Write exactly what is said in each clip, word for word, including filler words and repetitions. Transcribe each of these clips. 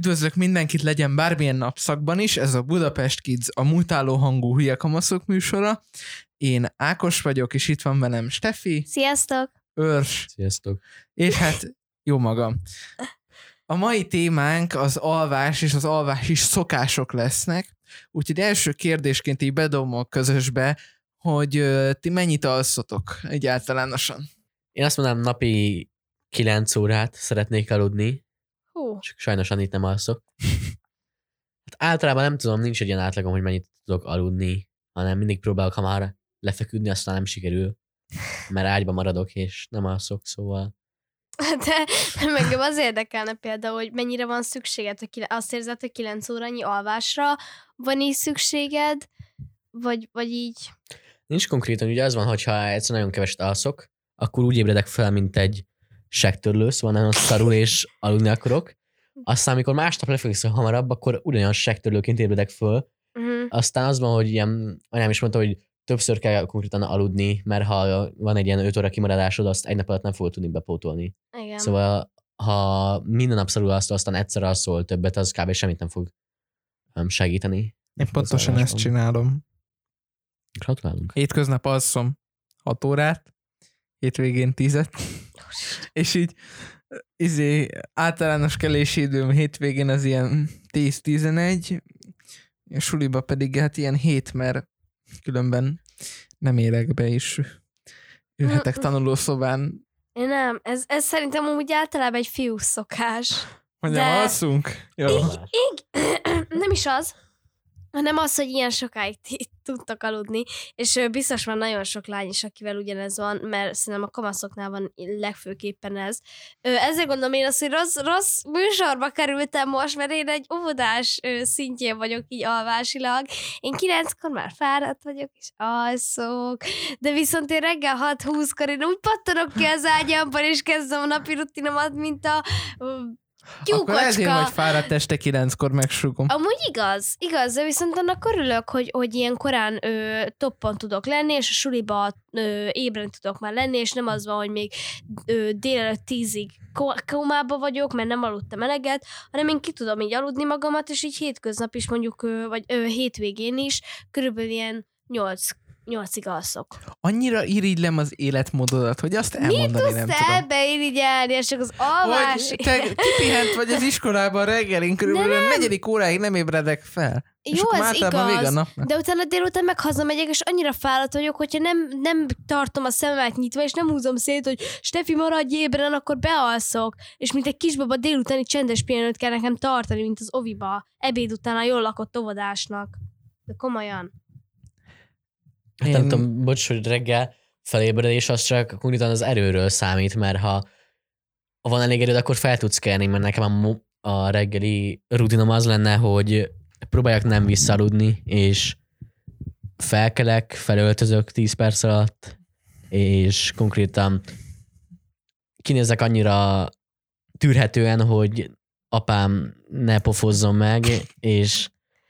Üdvözlök mindenkit, legyen bármilyen napszakban is, ez a Budapest Kids, a mutáló hangú hülye kamaszok műsora. Én Ákos vagyok, és itt van velem Steffi. Sziasztok! Őrs. Sziasztok! És hát jó magam. A mai témánk az alvás és az alvási szokások lesznek, úgyhogy első kérdésként így bedobom a közösbe, hogy uh, ti mennyit alszotok így általánosan? Én azt mondanám, napi kilenc órát szeretnék aludni, Hú. csak sajnos annyit nem alszok. Hát általában nem tudom, nincs egy ilyen átlagom, hogy mennyit tudok aludni, hanem mindig próbálok hamar lefeküdni, aztán nem sikerül, mert ágyba maradok, és nem alszok, szóval... De meg az érdekelne például, hogy mennyire van szükséged, hogy azt érzed, hogy kilenc órányi alvásra van így szükséged, vagy, vagy így... Nincs konkrétan, ugye az van, hogyha egyszer nagyon keveset alszok, akkor úgy ébredek fel, mint egy segtörlő, szóval nagyon szarul és aludni akarok. Aztán, amikor másnap lefekszem hamarabb, akkor ugyanolyan segtörlőként ébredek föl. Uh-huh. Aztán az van, hogy ilyen, anyám is mondta, hogy többször kell konkrétan aludni, mert ha van egy ilyen öt óra kimaradásod, azt egy nap alatt nem fogod tudni bepótolni. Igen. Szóval, ha minden nap szarul alszol, aztán egyszer alszol többet, az kb. Semmit nem fog segíteni. Én pontosan ezt csinálom. Gratulálunk. Hétköznap alszom hat órát, hétvégén tízet, és így izé, általános kelési időm hétvégén az ilyen tíz-tizenegy, a suliba pedig hát ilyen hét, mert különben nem érek be, és ülhetek tanulószobán. Én nem, ez, ez szerintem úgy általában egy fiú szokás. Mondjam, De... alszunk? Jó. Így, így, nem is az, hanem az, hogy ilyen sokáig t- tudtak aludni, és ö, biztos van nagyon sok lány is, akivel ugyanez van, mert szerintem a kamaszoknál van legfőképpen ez. Ö, ezért gondolom én azt, hogy rossz, rossz műsorba kerültem most, mert én egy óvodás ö, szintjén vagyok így alvásilag. Én kilenckor már fáradt vagyok, és alszok, de viszont én reggel hat húszkor én úgy pattanok ki az ágyamban, és kezdem a napi rutinomat, mint a... Ö, Akkor ezért vagy fáradt este kilenckor megsugom. Amúgy igaz, igaz, de viszont annak örülök, hogy, hogy ilyen korán ö, toppon tudok lenni, és a suliba ö, ébren tudok már lenni, és nem az van, hogy még ö, délelőtt tízig kómába vagyok, mert nem aludtam eleget, hanem én ki tudom így aludni magamat, és így hétköznap is mondjuk, ö, vagy ö, hétvégén is, körülbelül ilyen nyolc nyolcig alszok. Annyira irigylem az életmódodat, hogy azt elmondani nem tudom. Mit tudsz ebbe irigyelni, és csak az alvás... Hogy te kipihent vagy az iskolában reggelin, körülbelül a negyedik óráig nem ébredek fel. Jó, ez igaz, de utána délután meg hazamegyek, és annyira fáradt vagyok, hogyha nem, nem tartom a szememet nyitva, és nem húzom szét, hogy Stefi, maradj ébren, akkor bealszok. És mint egy kisbaba délutáni csendes pihenőt kell nekem tartani, mint az oviba, ebéd után a jól lakott óvodásnak. De komolyan. Hát Én... nem tudom, bocs, hogy reggel felébredés az csak konkrétan az erőről számít, mert ha van elég erőd, akkor fel tudsz kelni, mert nekem a, a reggeli rutinom az lenne, hogy próbáljak nem visszaludni, és felkelek, felöltözök tíz perc alatt, és konkrétan kinézek annyira tűrhetően, hogy apám ne pofozzon meg, és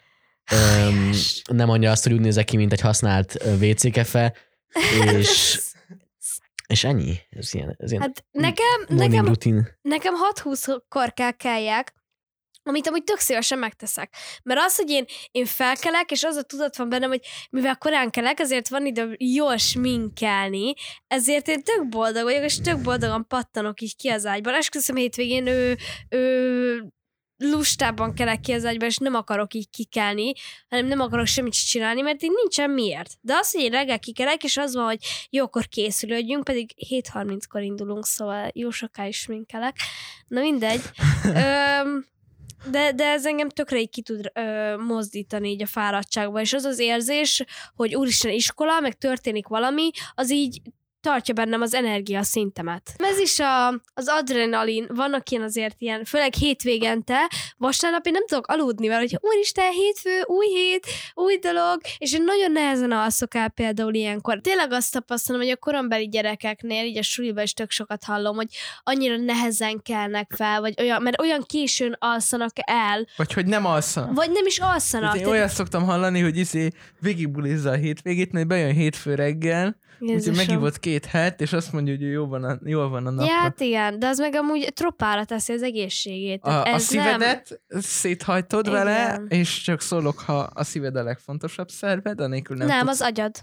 Öm, nem mondja azt, hogy úgy nézek ki, mint egy használt vé cé kefe, és, és ennyi. Ez ilyen, ez ilyen hát nekem, nekem, rutin. nekem hat húszkor kell keljek, amit amúgy tök szívesen megteszek. Mert az, hogy én, én felkelek, és az a tudat van bennem, hogy mivel korán kelek, ezért van időm jól sminkelni, ezért én tök boldog vagyok, és tök boldogan pattanok így ki az ágyban. Esküszöm, hétvégén ő, ő lustában kelek ki az ágyban, és nem akarok így kikelni, hanem nem akarok semmit csinálni, mert így nincsen miért. De az, hogy én reggel kikelek, és az van, hogy jókor készülődjünk, pedig hét harminckor indulunk, szóval jó soká is sminkelek. Na mindegy. Öm, de, de ez engem tökre így ki tud ö, mozdítani így a fáradtságba, és az az érzés, hogy úristen iskola, meg történik valami, az így tartja bennem az energia szintemet. Ez is a, az adrenalin, vannak ilyen azért ilyen, főleg hétvégente, vasárnap én nem tudok aludni, mert hogy úristen, hétfő, új hét, új dolog, és én nagyon nehezen alszok el például ilyenkor. Tényleg azt tapasztalom, hogy a korombeli gyerekeknél, így a suliba is tök sokat hallom, hogy annyira nehezen kelnek fel, vagy olyan, mert olyan későn alszanak el. Vagy hogy nem alszanak. Vagy nem is alszanak. Én olyat szoktam hallani, hogy izé végigbulizza a hétvégét, mert bejön hétfő reggel, úgyhogy megívott két két het, és azt mondja, hogy jó van a, jól van a napra. Ja, hát igen, de az meg amúgy troppára teszi az egészségét. A, ez a szívedet nem... széthajtod Igen. vele, és csak szólok, ha a szíved a legfontosabb szerved, anélkül nem, Nem, tudsz. az agyad.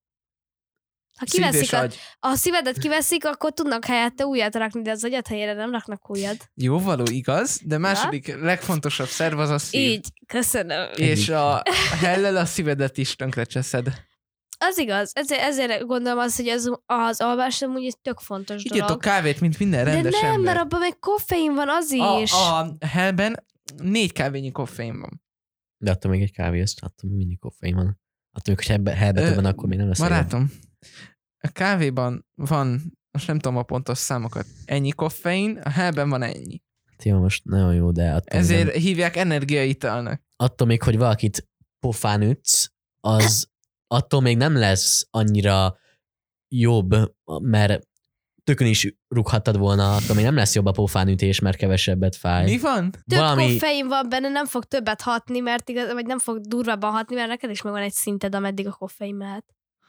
Ha Szív és kiveszik a, agy. a szívedet kiveszik, akkor tudnak helyette újat rakni, de az agyad helyére nem raknak újat. Jó, való, igaz, de második legfontosabb szerv az a szív. Így, köszönöm. És a hellel a szívedet is tönkrecseszed. Az igaz, ezért, ezért gondolom azt, hogy az, az alvás amúgy egy tök fontos Igyatok dolog. kávét, mint minden De rendes nem, ember. mert abban meg koffein van az A, is. a hellben négy kávényi koffein van. De attól még egy kávé, azt attól még mindig koffein van. Attól még, hogy hebbe, hebbe Ö, többen, akkor még nem lesz. Barátom, a kávéban van, most nem tudom a pontos számokat, ennyi koffein, a hellben van ennyi. Jó, most nagyon jó, de attól, Ezért nem, hívják energiaitalnak. attól még, hogy valakit pofán ütsz, az attól még nem lesz annyira jobb, mert tökön is rúghattad volna, attól még nem lesz jobb a pofán ütés, mert kevesebbet fáj. Mi van? Több valami- koffein van benne, nem fog többet hatni, mert igaz, vagy nem fog durvábban hatni, mert neked is megvan egy szinted, ameddig a koffein mehet.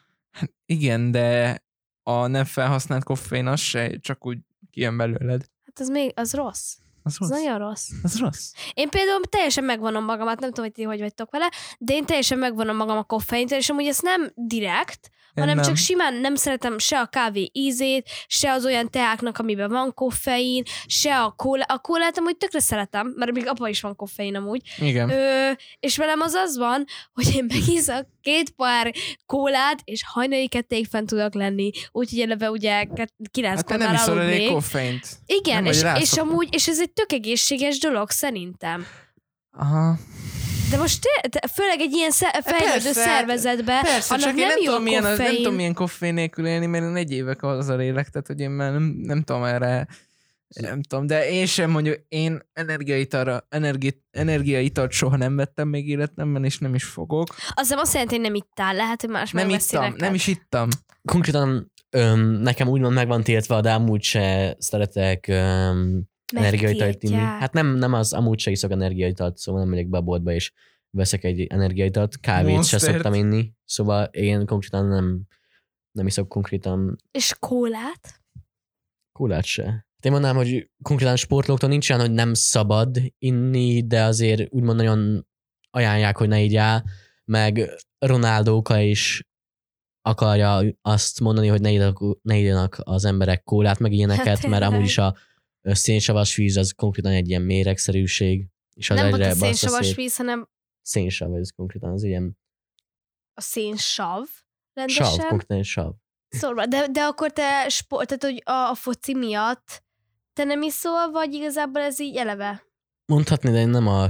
Igen, de a nem felhasznált koffein az se csak úgy kijön belőled. Hát az még, az rossz. Az Az rossz. nagyon rossz. Az rossz. Én például teljesen megvonom magamat, nem tudom, hogy ti hogy vagytok vele, de én teljesen megvonom magam a koffeintől, és amúgy ezt nem direkt, Én hanem nem. csak simán nem szeretem se a kávé ízét, se az olyan teáknak, amiben van koffein, se a kólát. A kólát amúgy tökre szeretem, mert még abban is van koffein amúgy. Igen. Ö, és velem az az van, hogy én megiszak két pár kólát, és hajnali kettéig fent tudok lenni. Úgyhogy eleve ugye kilenckor Hát te nem már iszol elég aludnék. koffeint. Igen, Nem vagy és, és rászokva. amúgy, és ez egy tök egészséges dolog szerintem. Aha. De most te, te, főleg egy ilyen sze- fejlődő persze, szervezetbe, Persze, annak csak én nem, nem jó tudom, milyen, az, nem koffein. tudom milyen koffein nélkül élni, mert én egy évek azzal élek, tehát hogy én már nem, nem tudom erre, nem tudom, de én sem mondjuk, én energiaitalra, energi, energiaitalt soha nem vettem még életemben, és nem is fogok. Az nem azt jelenti, hogy nem ittál, lehet, hogy más Nem megveszi ittam, neked. nem is ittam. Konkrétan öm, nekem úgymond meg van tiltva, de amúgy se szeretek öm, energiaitalt inni. Megtiltják. Hát nem, nem az, amúgy se iszok energiaitalt, szóval nem megyek be a boltba, és veszek egy energiaitalt, kávét Monstert. se szoktam inni, szóval én konkrétan nem, nem iszok konkrétan És kólát? kólát se. Én mondanám, hogy konkrétan sportlóktól nincs olyan, hogy nem szabad inni, de azért úgymond nagyon ajánlják, hogy ne igyál, meg Ronaldóka is akarja azt mondani, hogy ne igyanak, ne igyanak az emberek kólát, meg ilyeneket, Hát mert tényleg. amúgy is a szénsavas víz az konkrétan egy ilyen méregszerűség, és az Nem volt egyre a szénsavas bassza szét. víz, hanem Szénsav, ez konkrétan az ilyen a szénsav sav, rendesen. konkrétan egy sav. Szóval, de, de akkor te sport, tehát hogy a, a foci miatt te nem iszol, vagy igazából ez így eleve? Mondhatni, de én nem a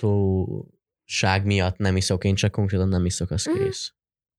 sportlóság miatt nem iszok, én csak konkrétan nem iszok, az Mhm. kész.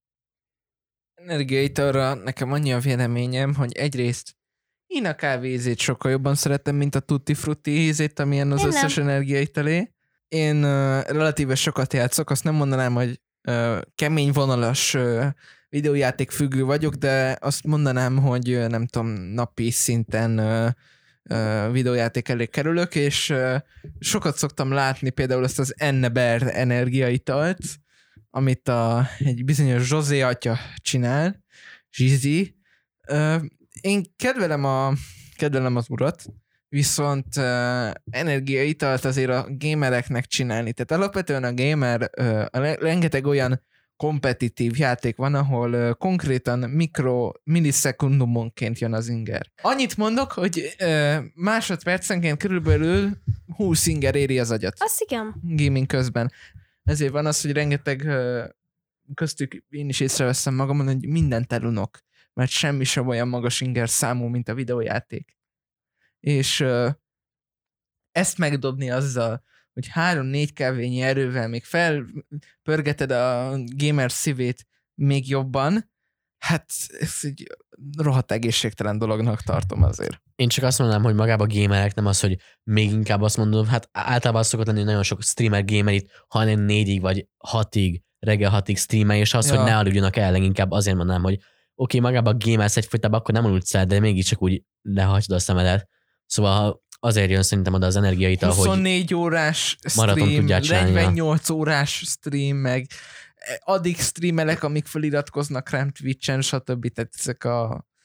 Energiaitalra nekem annyi a véleményem, hogy egyrészt én a kávézét sokkal jobban szeretem, mint a tutti frutti ízét, amilyen az Én összes energiaitalé. Én uh, relatíve sokat játszok, azt nem mondanám, hogy uh, kemény vonalas uh, videójáték függő vagyok, de azt mondanám, hogy uh, nem tudom, napi szinten uh, uh, videójáték elé kerülök, és uh, sokat szoktam látni például ezt az Enneber energiaitalt, amit a, egy bizonyos Zsozé atya csinál, Zsizi. Uh, én kedvelem, a, kedvelem az urat, viszont uh, energiaitalt azért a gamereknek csinálni. Tehát alapvetően a gamer, uh, a le- rengeteg olyan kompetitív játék van, ahol uh, konkrétan mikro, millisekundumonként jön az inger. Annyit mondok, hogy uh, másodpercenként körülbelül húsz inger éri az agyat Azt igen. gaming közben. Ezért van az, hogy rengeteg uh, köztük én is észreveszem magamon, hogy mindent elunok, mert semmi sem olyan magas inger számú, mint a videójáték. És uh, ezt megdobni azzal, hogy három-négy kávényi erővel még felpörgeted a gamer szívét még jobban, hát ez egy rohadt egészségtelen dolognak tartom azért. Én csak azt mondanám, hogy magában a gamerek nem az, hogy még inkább azt mondom, hát általában az szokott lenni, hogy nagyon sok streamer gamer itt hanem négyig vagy hatig, reggel hatig streamel, és az, Ja. hogy ne aludjanak el, leginkább azért mondanám, hogy oké, okay, magában a gamersz egyfolytában akkor nem aludsz el, de mégiscsak úgy lehagyod a szemedet. Szóval azért jön szerintem oda az energiaital, hogy huszonnégy órás maraton stream, tudják csinálni, ja. negyvennyolc órás stream, meg addig streamelek, amíg feliratkoznak rám Twitch-en, stb. Tehát ezek a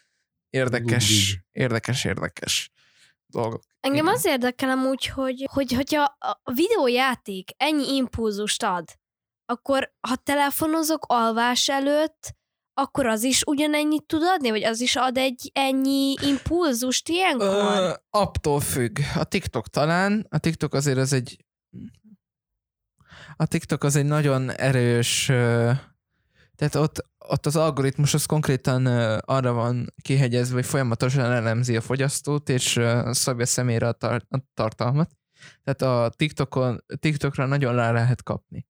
érdekes, érdekes, érdekes dolgok. Engem Igen. az érdekel amúgy, hogy, hogy hogyha a videójáték ennyi impulzust ad, akkor ha telefonozok alvás előtt, akkor az is ugyanennyit tud adni? Vagy az is ad egy ennyi impulzust ilyenkor? Ö, attól függ. A TikTok talán. A TikTok azért az egy a TikTok az egy nagyon erős, tehát ott, ott az algoritmus az konkrétan arra van kihegyezve, hogy folyamatosan elemzi a fogyasztót, és szabja személyre a, tar- a tartalmat. Tehát a TikTokon, TikTokra nagyon rá lehet kapni.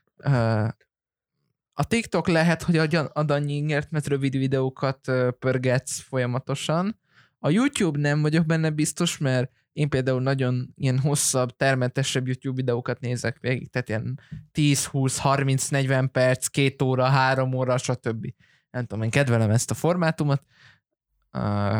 A TikTok lehet, hogy ad annyi ingert, mert rövid videókat pörgetsz folyamatosan. A YouTube nem vagyok benne biztos, mert én például nagyon ilyen hosszabb, termetesebb YouTube videókat nézek végig, tehát ilyen tíz, húsz, harminc, negyven perc, két óra, három óra, stb. Nem tudom, én kedvelem ezt a formátumot. Uh,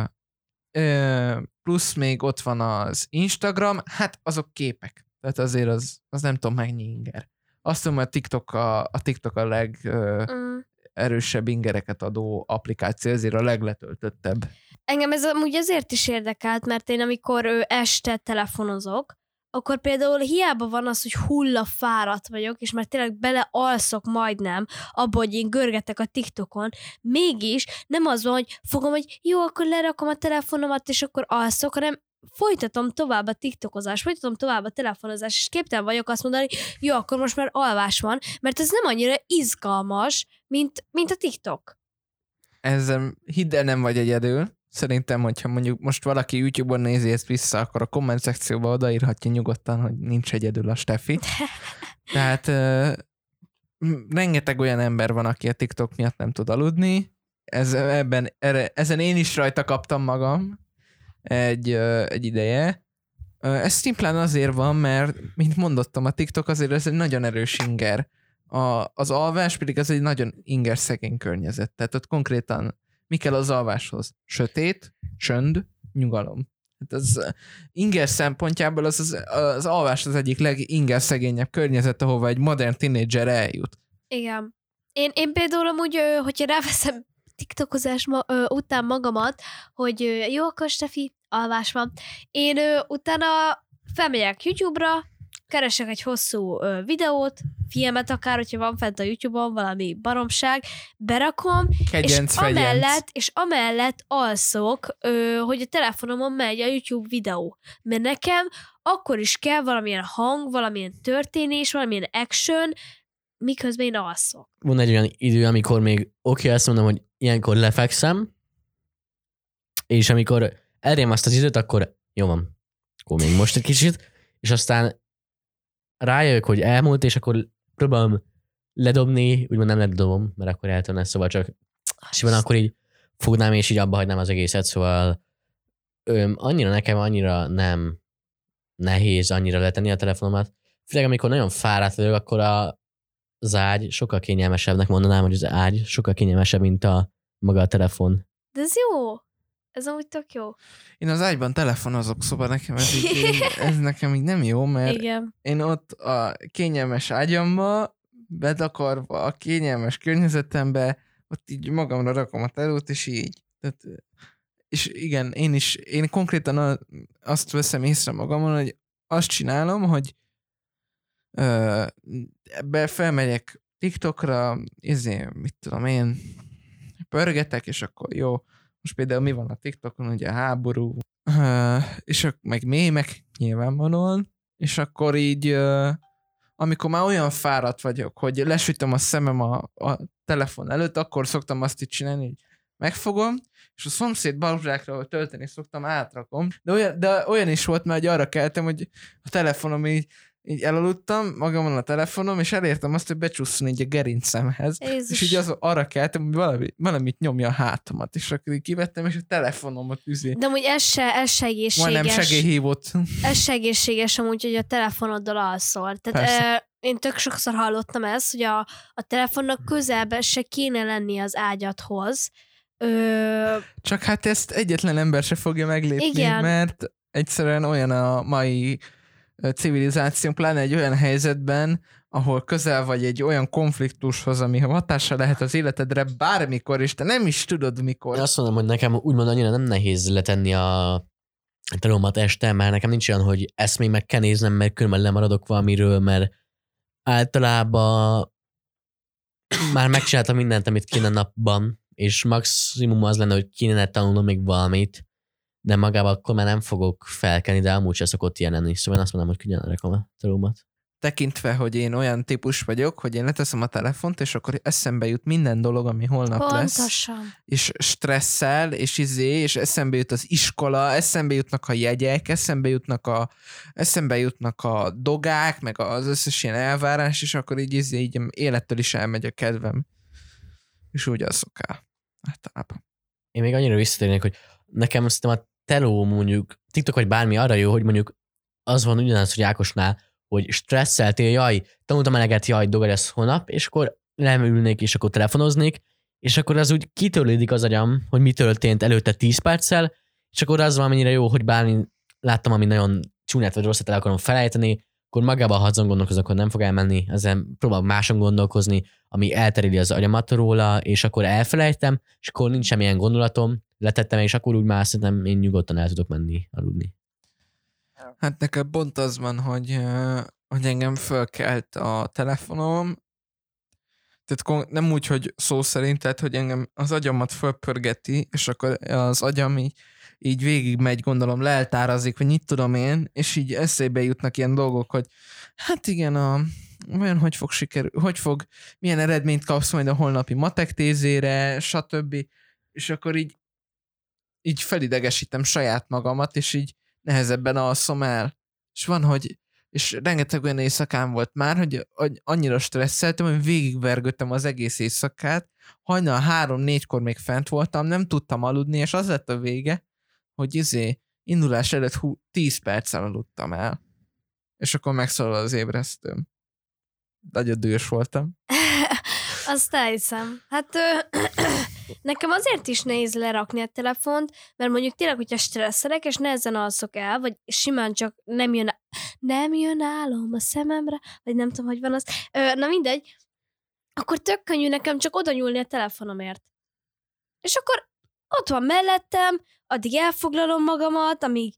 uh, plusz még ott van az Instagram, hát azok képek, tehát azért az, az nem tudom mennyi inger. Azt tudom, hogy a TikTok a, a, TikTok a legerősebb uh, mm. ingereket adó applikáció, ezért a legletöltöttebb. Engem ez amúgy azért is érdekelt, mert én amikor ő este telefonozok, akkor például hiába van az, hogy hullafáradt vagyok, és már tényleg belealszok majdnem abba, hogy én görgetek a TikTokon, mégis nem az van, hogy fogom, hogy jó, akkor lerakom a telefonomat, és akkor alszok, hanem folytatom tovább a TikTokozást, folytatom tovább a telefonozást, és képtelen vagyok azt mondani, jó, akkor most már alvás van, mert ez nem annyira izgalmas, mint, mint a TikTok. Ezzel hidd el, nem vagy egyedül. Szerintem, hogyha mondjuk most valaki YouTube-on nézi ezt vissza, akkor a komment szekcióba odaírhatja nyugodtan, hogy nincs egyedül a Steffi. Tehát uh, rengeteg olyan ember van, aki a TikTok miatt nem tud aludni. Ez, ebben, erre, ezen én is rajta kaptam magam egy, uh, egy ideje. Uh, ez szimplán azért van, mert, mint mondottam, a TikTok azért ez egy nagyon erős inger. A, az alvás pedig az egy nagyon inger szegény környezet. Tehát ott konkrétan mi kell az alváshoz? Sötét, csönd, nyugalom. Hát az inger szempontjából az, az, az alvás az egyik leginger szegényebb környezet, ahova egy modern tínédzser eljut. Igen. Én, én például amúgy, hogyha ráveszem tiktokozás ma, ö, után magamat, hogy ö, jó, akkor Stefi, alvás van. Én ö, utána felmegyek YouTube-ra, keresek egy hosszú ö, videót, filmet akár, hogyha van fent a YouTube-on valami baromság, berakom, Kegyenc, és amellett, és amellett alszok, ö, hogy a telefonomon megy a YouTube videó. Mert nekem akkor is kell valamilyen hang, valamilyen történés, valamilyen action, miközben én alszok. Van egy olyan idő, amikor még oké, okay, azt mondom, hogy ilyenkor lefekszem, és amikor elrém azt az időt, akkor jó van, akkor még most egy kicsit, és aztán rájövök, hogy elmúlt, és akkor próbálom ledobni, úgymond nem ledobom, mert akkor eltörne, szóval csak és van, akkor így fognám, és így abba hagynám az egészet, szóval öm, annyira nekem, annyira nem nehéz annyira letenni a telefonomat. Főleg amikor nagyon fáradt vagyok, akkor a, az ágy sokkal kényelmesebbnek mondanám, hogy az ágy sokkal kényelmesebb, mint a maga a telefon. De ez jó. Ez amúgy tök jó. Én az ágyban telefonozok, szóval nekem ez, így, ez nekem így nem jó, mert igen. Én ott a kényelmes ágyamba, bedakarva a kényelmes környezetembe, ott így magamra rakom a telót, és így. Tehát, és igen, én is, én konkrétan azt veszem észre magamon, hogy azt csinálom, hogy ö, ebbe felmegyek TikTokra, ezért, mit tudom én, pörgetek, és akkor jó. Most például mi van a TikTokon, ugye a háború, ö, és akkor meg mémek, nyilvánvalóan, és akkor így, ö, amikor már olyan fáradt vagyok, hogy lesütöm a szemem a, a telefon előtt, akkor szoktam azt így csinálni, hogy megfogom, és a szomszéd balzsákra, ahol tölteni szoktam, átrakom. De olyan, de olyan is volt, mert arra keltem, hogy a telefonom így, így elaludtam, magamon a telefonom, és elértem azt, hogy becsusszon így a gerincemhez. Jézus. És így az, arra keltem, hogy valami, valamit nyomja a hátamat, és akkor így kivettem, és a telefonomat üzé. De amúgy ez se, ez se egészséges. Majdnem segélyhívott. Ez se egészséges amúgy, hogy a telefonoddal alszol. Tehát e, én tök sokszor hallottam ezt, hogy a, a telefonnak közelben se kéne lenni az ágyadhoz. Ö... Csak hát ezt egyetlen ember se fogja meglépni, igen. Mert egyszerűen olyan a mai civilizáció, pláne egy olyan helyzetben, ahol közel vagy egy olyan konfliktushoz, ami hatással lehet az életedre bármikor, és te nem is tudod mikor. Én azt mondom, hogy nekem úgymond annyira nem nehéz letenni a telómat este, mert nekem nincs olyan, hogy ezt még meg kell néznem, mert különben lemaradok valamiről, mert általában már megcsináltam mindent, amit kéne napban, és maximum az lenne, hogy kéne tanulnom még valamit, de magában akkor már nem fogok felkelni, de amúgy sem szokott ilyen lenni. Szóval én azt mondom, hogy könnyen rakom a telómat. Tekintve, hogy én olyan típus vagyok, hogy én leteszem a telefont, és akkor eszembe jut minden dolog, ami holnap Pontosan. lesz. És stresszel, és izé, és eszembe jut az iskola, eszembe jutnak a jegyek, eszembe jutnak a, eszembe jutnak a dogák, meg az összes ilyen elvárás, és akkor így izé, így élettől is elmegy a kedvem. És úgy alszok el. Általában. Én még annyira visszatérnék, hogy nekem szerintem a teló mondjuk, TikTok vagy bármi arra jó, hogy mondjuk az van ugyanaz, hogy Ákosnál, hogy stresszeltél, jaj, tanultam eleget, jaj, dogad lesz holnap, és akkor leülnék, és akkor telefonoznék, és akkor az úgy kitörlődik az agyam, hogy mi történt előtte tíz perccel, és akkor az valamennyire jó, hogy bármi láttam, ami nagyon csúnyát vagy rosszat el akarom felejteni, akkor magában, ha azon gondolkozok, akkor nem fog elmenni, ezen próbálok máson gondolkozni, ami elteríti az agyamat róla, és akkor elfelejtem, és akkor nincs semmilyen gondolatom, letettem, és akkor úgy már szerintem én nyugodtan el tudok menni aludni. Hát nekem pont az van, hogy, hogy engem fölkelt a telefonom, tehát nem úgy, hogy szó szerint, tehát hogy engem az agyamat fölpörgeti, és akkor az agyam így, így végig megy, gondolom, leltárazik, vagy mit tudom én, és így eszébe jutnak ilyen dolgok, hogy hát igen, a, olyan, hogy fog sikerül, hogy fog, milyen eredményt kapsz majd a holnapi matek tézére, stb. És akkor így, így felidegesítem saját magamat, és így nehezebben alszom el. És van, hogy és rengeteg olyan éjszakám volt már, hogy, hogy annyira stresszeltem, hogy végigvergődtem az egész éjszakát, hajnal három-négykor még fent voltam, nem tudtam aludni, és az lett a vége, hogy izé, indulás előtt hú, tíz perccel aludtam el. És akkor megszólal az ébresztőm. Nagyon dühös voltam. Azt elhiszem. Hát ö, nekem azért is nehéz lerakni a telefont, mert mondjuk tényleg, hogyha stresszelek, és nehezen alszok el, vagy simán csak nem jön, nem jön álom a szememre, vagy nem tudom, hogy van az. Ö, na mindegy, akkor tök könnyű nekem csak oda nyúlni a telefonomért. És akkor ott van mellettem, addig elfoglalom magamat, amíg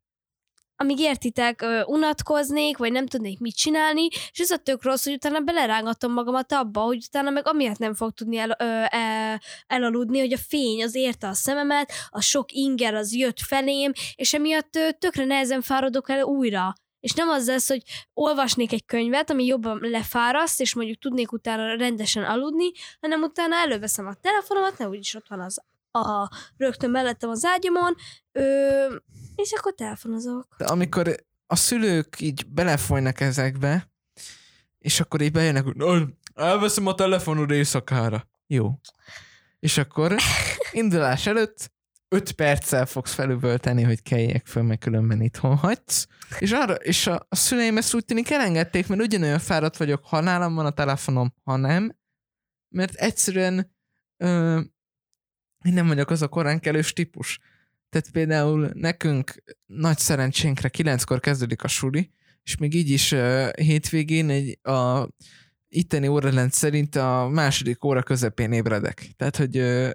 amíg értitek, ö, unatkoznék, vagy nem tudnék mit csinálni, és ez a tök rossz, hogy utána belerángatom magamat abba, hogy utána meg amiatt nem fog tudni el, ö, el, elaludni, hogy a fény az érte a szememet, a sok inger az jött felém, és emiatt ö, tökre nehezen fáradok el újra. És nem az lesz, hogy olvasnék egy könyvet, ami jobban lefáraszt, és mondjuk tudnék utána rendesen aludni, hanem utána előveszem a telefonomat, ne úgyis ott van az a rögtön mellettem az ágyamon, ö, és akkor telefonozok. De amikor a szülők így belefolynak ezekbe, és akkor így bejönnek, hogy elveszem a telefonod éjszakára. Jó. És akkor indulás előtt öt perccel fogsz felüvölteni, hogy keljek föl, meg különben itthon hagysz. És, arra, és a, a szüleim ezt úgy tűnik elengedték, mert ugyanolyan fáradt vagyok, ha nálam van a telefonom, ha nem. Mert egyszerűen ö, én nem vagyok az a koránkelős típus. Tehát például nekünk nagy szerencsénkre kilenckor kezdődik a suli, és még így is uh, hétvégén egy, a itteni órarend szerint a második óra közepén ébredek. Tehát, hogy uh,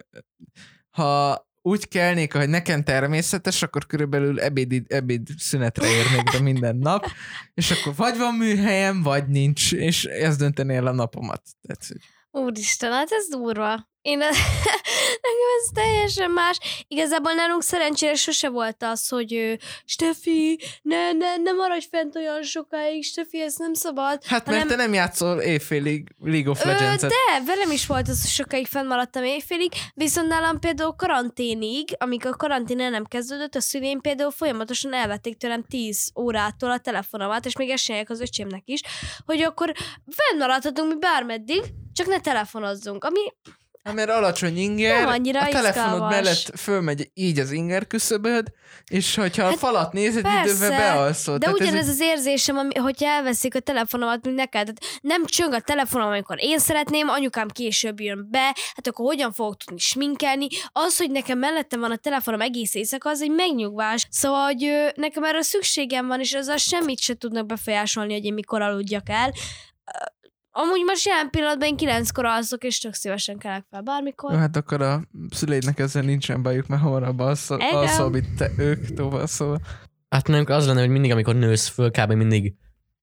ha úgy kelnék, hogy nekem természetes, akkor körülbelül ebéd, ebéd szünetre érnék be minden nap, és akkor vagy van műhelyem, vagy nincs, és ez dönteni el a napomat. Tehát, hogy... Úristen, hát ez durva. Én nekem ez teljesen más. Igazából nálunk szerencsére sose volt az, hogy Steffi, ne, ne, ne maradj fent olyan sokáig, Steffi, ez nem szabad. Hát hanem... mert te nem játszol éjfélig League of Legends-et. De, velem is volt az, hogy sokáig fent maradtam éjfélig, viszont nálam például karanténig, amíg a karantén el nem kezdődött, a szüleim például folyamatosan elvették tőlem tíz órától a telefonomat, és még esélyek az öcsémnek is, hogy akkor fent maradhatunk mi bármeddig, csak ne telefonozzunk, ami Hát mert alacsony inger, Nem annyira a telefonod izgalmas. mellett fölmegy így az inger küszöböd, és hogyha Hát a falat nézed, persze, időben bealszol. De Tehát ez ugyanez egy- az érzésem, ami, hogyha elveszik a telefonomat, mint neked. Tehát nem csöng a telefonom, amikor én szeretném, anyukám később jön be, hát akkor hogyan fogok tudni sminkelni. Az, hogy nekem mellettem van a telefonom egész éjszaka, az egy megnyugvás. Szóval, hogy ö, nekem erre szükségem van, és azzal semmit se tudnak befolyásolni, hogy én mikor aludjak el. Amúgy most jelen pillanatban én kilenckor alszok, és tök szívesen kelek fel bármikor. Jó, hát akkor a szüleidnek ezzel nincsen bajuk, mert hamarabb alszol, Igen. alszol mint te, ők tovább szól. Hát nem az lenne, hogy mindig, amikor nősz föl, kb. Mindig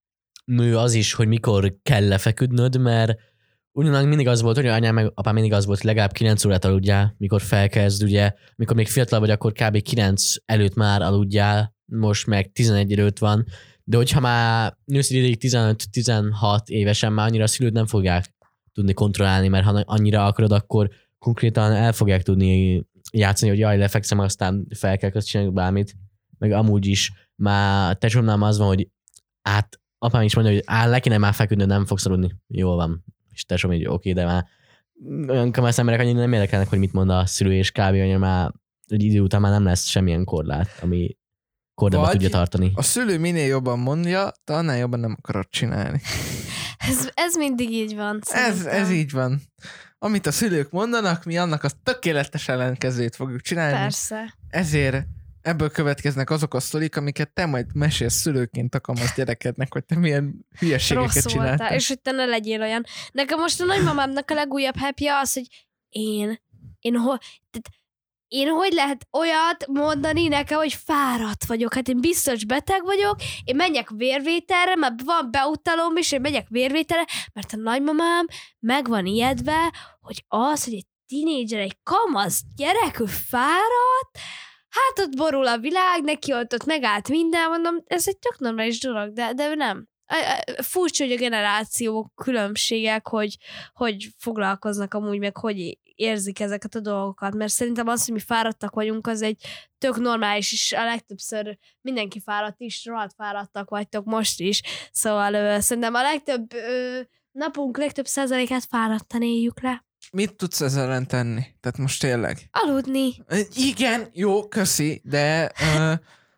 nő az is, hogy mikor kell lefeküdnöd, mert ugyanak mindig az volt, hogy anyám meg apám mindig az volt, hogy legalább kilenc órát aludjál, mikor felkezd, ugye, mikor még fiatal vagy, akkor kb. kilenc előtt már aludjál, most meg tizenegy előtt van, de hogyha már nősz ideig tizenöt-tizenhat évesen, már annyira a szülőd nem fogják tudni kontrollálni, mert ha annyira akarod, akkor konkrétan el fogják tudni játszani, hogy jaj, lefekszem, aztán fel kell csinálni bármit, meg amúgy is már tesómnál az van, hogy át, apám is mondja, hogy áll, le kéne már feküdni, nem fogsz aludni. Jól van. És tesóm így, oké, okay, de már olyan kamász emberek annyira nem érdekelnek, hogy mit mond a szülő, és kb. Anya már egy idő után már nem lesz semmilyen korlát, ami kordában Vagy tudja tartani. A szülő minél jobban mondja, te annál jobban nem akarod csinálni. Ez, ez mindig így van. Ez, szerintem. ez így van. Amit a szülők mondanak, mi annak a tökéletes ellenkezőjét fogjuk csinálni. Persze. Ezért ebből következnek azok a sztorik, amiket te majd mesélsz szülőként a kamasz gyerekednek, hogy te milyen hülyeségeket Rossz csináltál. voltál, és hogy te ne legyél olyan. Nekem most a nagymamámnak a legújabb happy az, hogy én, én, ho, tehát én hogy lehet olyat mondani nekem, hogy fáradt vagyok. Hát én biztos beteg vagyok, én menjek vérvételre, mert van beutalom is, én megyek vérvételre, mert a nagymamám meg van ijedve, hogy az, hogy egy tinédzser, egy kamasz gyerek, ő fáradt, hát ott borul a világ, neki ott, ott megállt minden, mondom, ez egy tök normális dolog, de, de nem. Furcsa, hogy a generációk különbségek, hogy, hogy foglalkoznak amúgy, meg hogy érzik ezeket a dolgokat, mert szerintem az, hogy mi fáradtak vagyunk, az egy tök normális, és a legtöbbször mindenki fáradt is, rohadt fáradtak vagytok most is, szóval ö, szerintem a legtöbb ö, napunk legtöbb százalékát fáradtan éljük le. Mit tudsz ezzel ellen tenni? Tehát most tényleg. Aludni. Igen, jó, köszi, de, ö,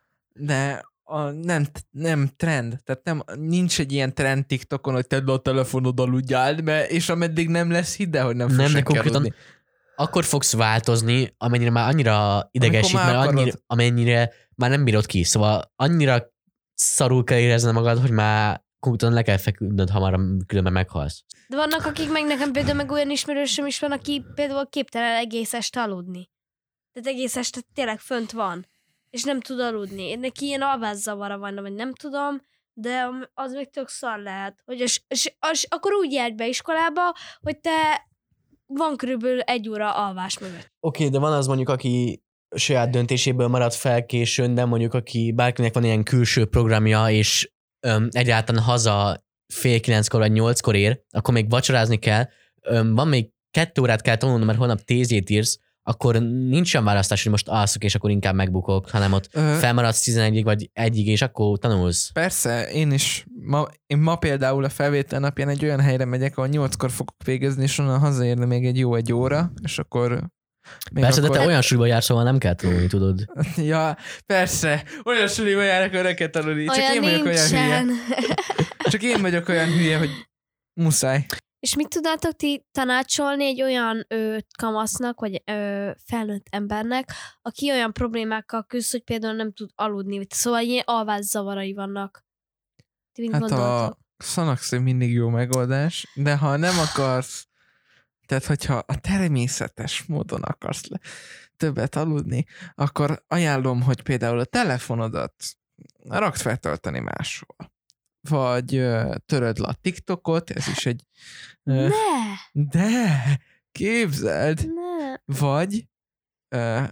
de a, nem, nem trend. Tehát nem, nincs egy ilyen trend TikTokon, hogy tedd le a telefonod, aludjál be, és ameddig nem lesz, hidd el, hogy nem, Nem, fogsz de konkrétan aludni. akkor fogsz változni, amennyire már annyira idegesít, már mert akarod. annyira, amennyire már nem bírod ki. Szóval annyira szarul kell érezni magad, hogy már konkrétan le kell feküdnöd, hamarabb különben meghalsz. De vannak, akik meg nekem például meg olyan ismerősöm is van, aki például képtelen egész este aludni. Tehát egész este tényleg fönt van, és nem tud aludni. Neki ilyen alvászavara van, vagy nem tudom, de az meg tök szar lehet. Hogy az, az, az, akkor úgy járj be iskolába, hogy te van körülbelül egy óra alvás mögött. Oké, okay, de van az mondjuk, aki saját döntéséből marad fel későn, de mondjuk, aki bárkinek van ilyen külső programja, és öm, egyáltalán haza fél kilenckor vagy nyolckor ér, akkor még vacsorázni kell, öm, van még kettő órát kell tanulnom, mert holnap tézét írsz, akkor nincsen választás, hogy most alszok, és akkor inkább megbukok, hanem ott Ö, felmaradsz tizenegyig vagy egyig, és akkor tanulsz. Persze, én is, ma, én ma például a felvétel napján egy olyan helyre megyek, ahol nyolckor fogok végezni, és onnan hazaérni még egy jó egy óra, és akkor... Még Persze, akkor... de te olyan súlyba jársz, szóval nem kell tanulni, tudod. Ja, persze, olyan suliba járok, hogy ne kell tanulni. Csak Olyan én vagyok olyan hülye. nincsen. Csak én vagyok olyan hülye, hogy muszáj. És mit tudnátok ti tanácsolni egy olyan ö, kamasznak, vagy ö, felnőtt embernek, aki olyan problémákkal küzd, hogy például nem tud aludni, szóval ilyen alvászavarai vannak. Ti mit Hát gondoltok? a Xanax mindig jó megoldás, de ha nem akarsz, tehát hogyha a természetes módon akarsz le, többet aludni, akkor ajánlom, hogy például a telefonodat rakd feltölteni máshol. Vagy ö, töröd le a TikTokot, ez is egy... Ö, Ne! de, képzeld! Ne! Vagy ö,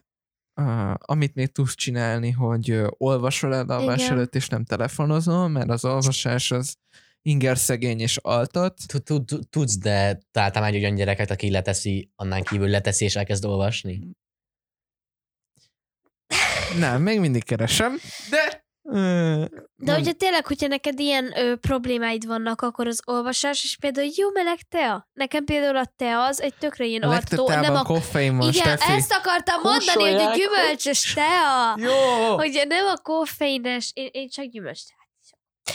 ö, amit még tudsz csinálni, hogy ö, olvasol el alvás Igen. előtt, és nem telefonozol, mert az olvasás az inger szegény és altat. Tudsz, de találtam egy olyan gyereket, aki leteszi, annán kívül leteszi, és elkezd olvasni. Nem, még mindig keresem, de De hogyha tényleg, hogyha neked ilyen ö, problémáid vannak, akkor az olvasás, és például jó meleg tea. Nekem például a tea az egy tökre ilyen A artó. legtöbb a koffein van, igen, Steffi. ezt akartam mondani, hogy a gyümölcsös tea. Jó! Hogy nem a koffeines, én, én csak gyümölcs teát is.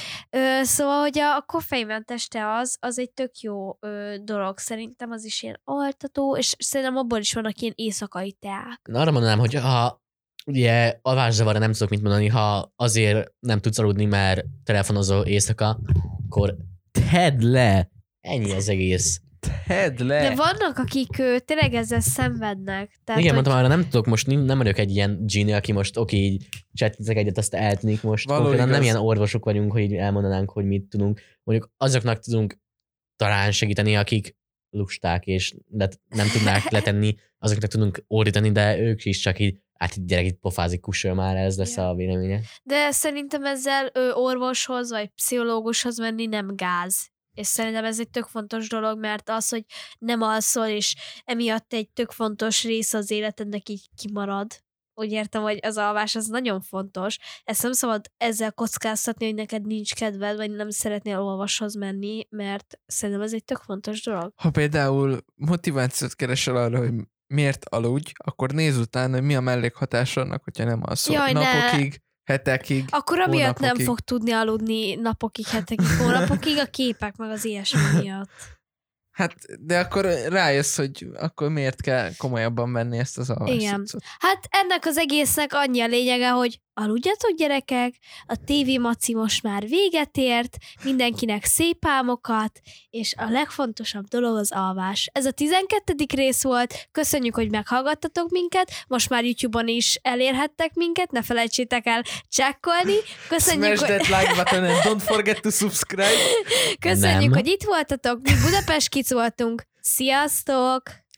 Ö, szóval, hogy a, a koffeinmentes tea az, az egy tök jó ö, dolog. Szerintem az is ilyen altató, és szerintem abból is vannak ilyen éjszakai teák. Na, arra mondanám, hogy ha ugye alvászavarra nem tudok mit mondani, ha azért nem tudsz aludni, mert telefonozol éjszaka, akkor tedd le. Ennyi az egész. Tedd le! De vannak, akik ö, tényleg ezzel szenvednek. Tehát, Igen, hogy... mondtam, arra nem tudok most, nem vagyok egy ilyen genie, aki most oké, így csetnitek egyet, azt eltűnik most. Való Konkrétan nem igaz. ilyen orvosok vagyunk, hogy így elmondanánk, hogy mit tudunk. Mondjuk azoknak tudunk talán segíteni, akik lusták, és let, nem tudnák letenni, azoknak tudunk ordítani, de ők is csak így, hát így gyerek itt pofázik, kussolja már, ez lesz Ja. a véleménye. De szerintem ezzel ö, orvoshoz vagy pszichológushoz menni nem gáz. És szerintem ez egy tök fontos dolog, mert az, hogy nem alszol, és emiatt egy tök fontos része az életednek így kimarad. Úgy értem, hogy az alvás az nagyon fontos. Ezt nem szabad ezzel kockáztatni, hogy neked nincs kedved, vagy nem szeretnél olvashoz menni, mert szerintem ez egy tök fontos dolog. Ha például motivációt keresel arra, hogy miért aludj, akkor nézz utána, hogy mi a mellékhatás annak, hogyha nem alszol. Jaj, ne. Napokig, hetekig, Akkor amiatt nem hónapokig. fog tudni aludni napokig, hetekig, hónapokig a képek, meg az ilyesmi miatt. Hát, de akkor rájössz, hogy akkor miért kell komolyabban venni ezt az alvást. Igen. Hát ennek az egésznek annyi a lényege, hogy aludjatok gyerekek, a tévé maci most már véget ért, mindenkinek szép álmokat, és a legfontosabb dolog az alvás. Ez a tizenkettedik rész volt, köszönjük, hogy meghallgattatok minket, most már YouTube-on is elérhettek minket, ne felejtsétek el csekkolni. Köszönjük, Smash hogy... that like button and don't forget to subscribe. Köszönjük, Nem. hogy itt voltatok, mi Budapest Kids voltunk. Sziasztok!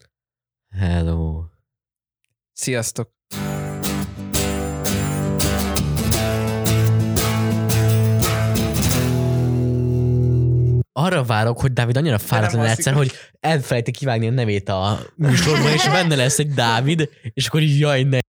Hello. Sziasztok! Arra várok, hogy Dávid annyira fáradtan alszik, egyszer, hogy- hogy elfelejti kivágni a nevét a műsorban, és benne lesz egy Dávid, és akkor így jaj, ne.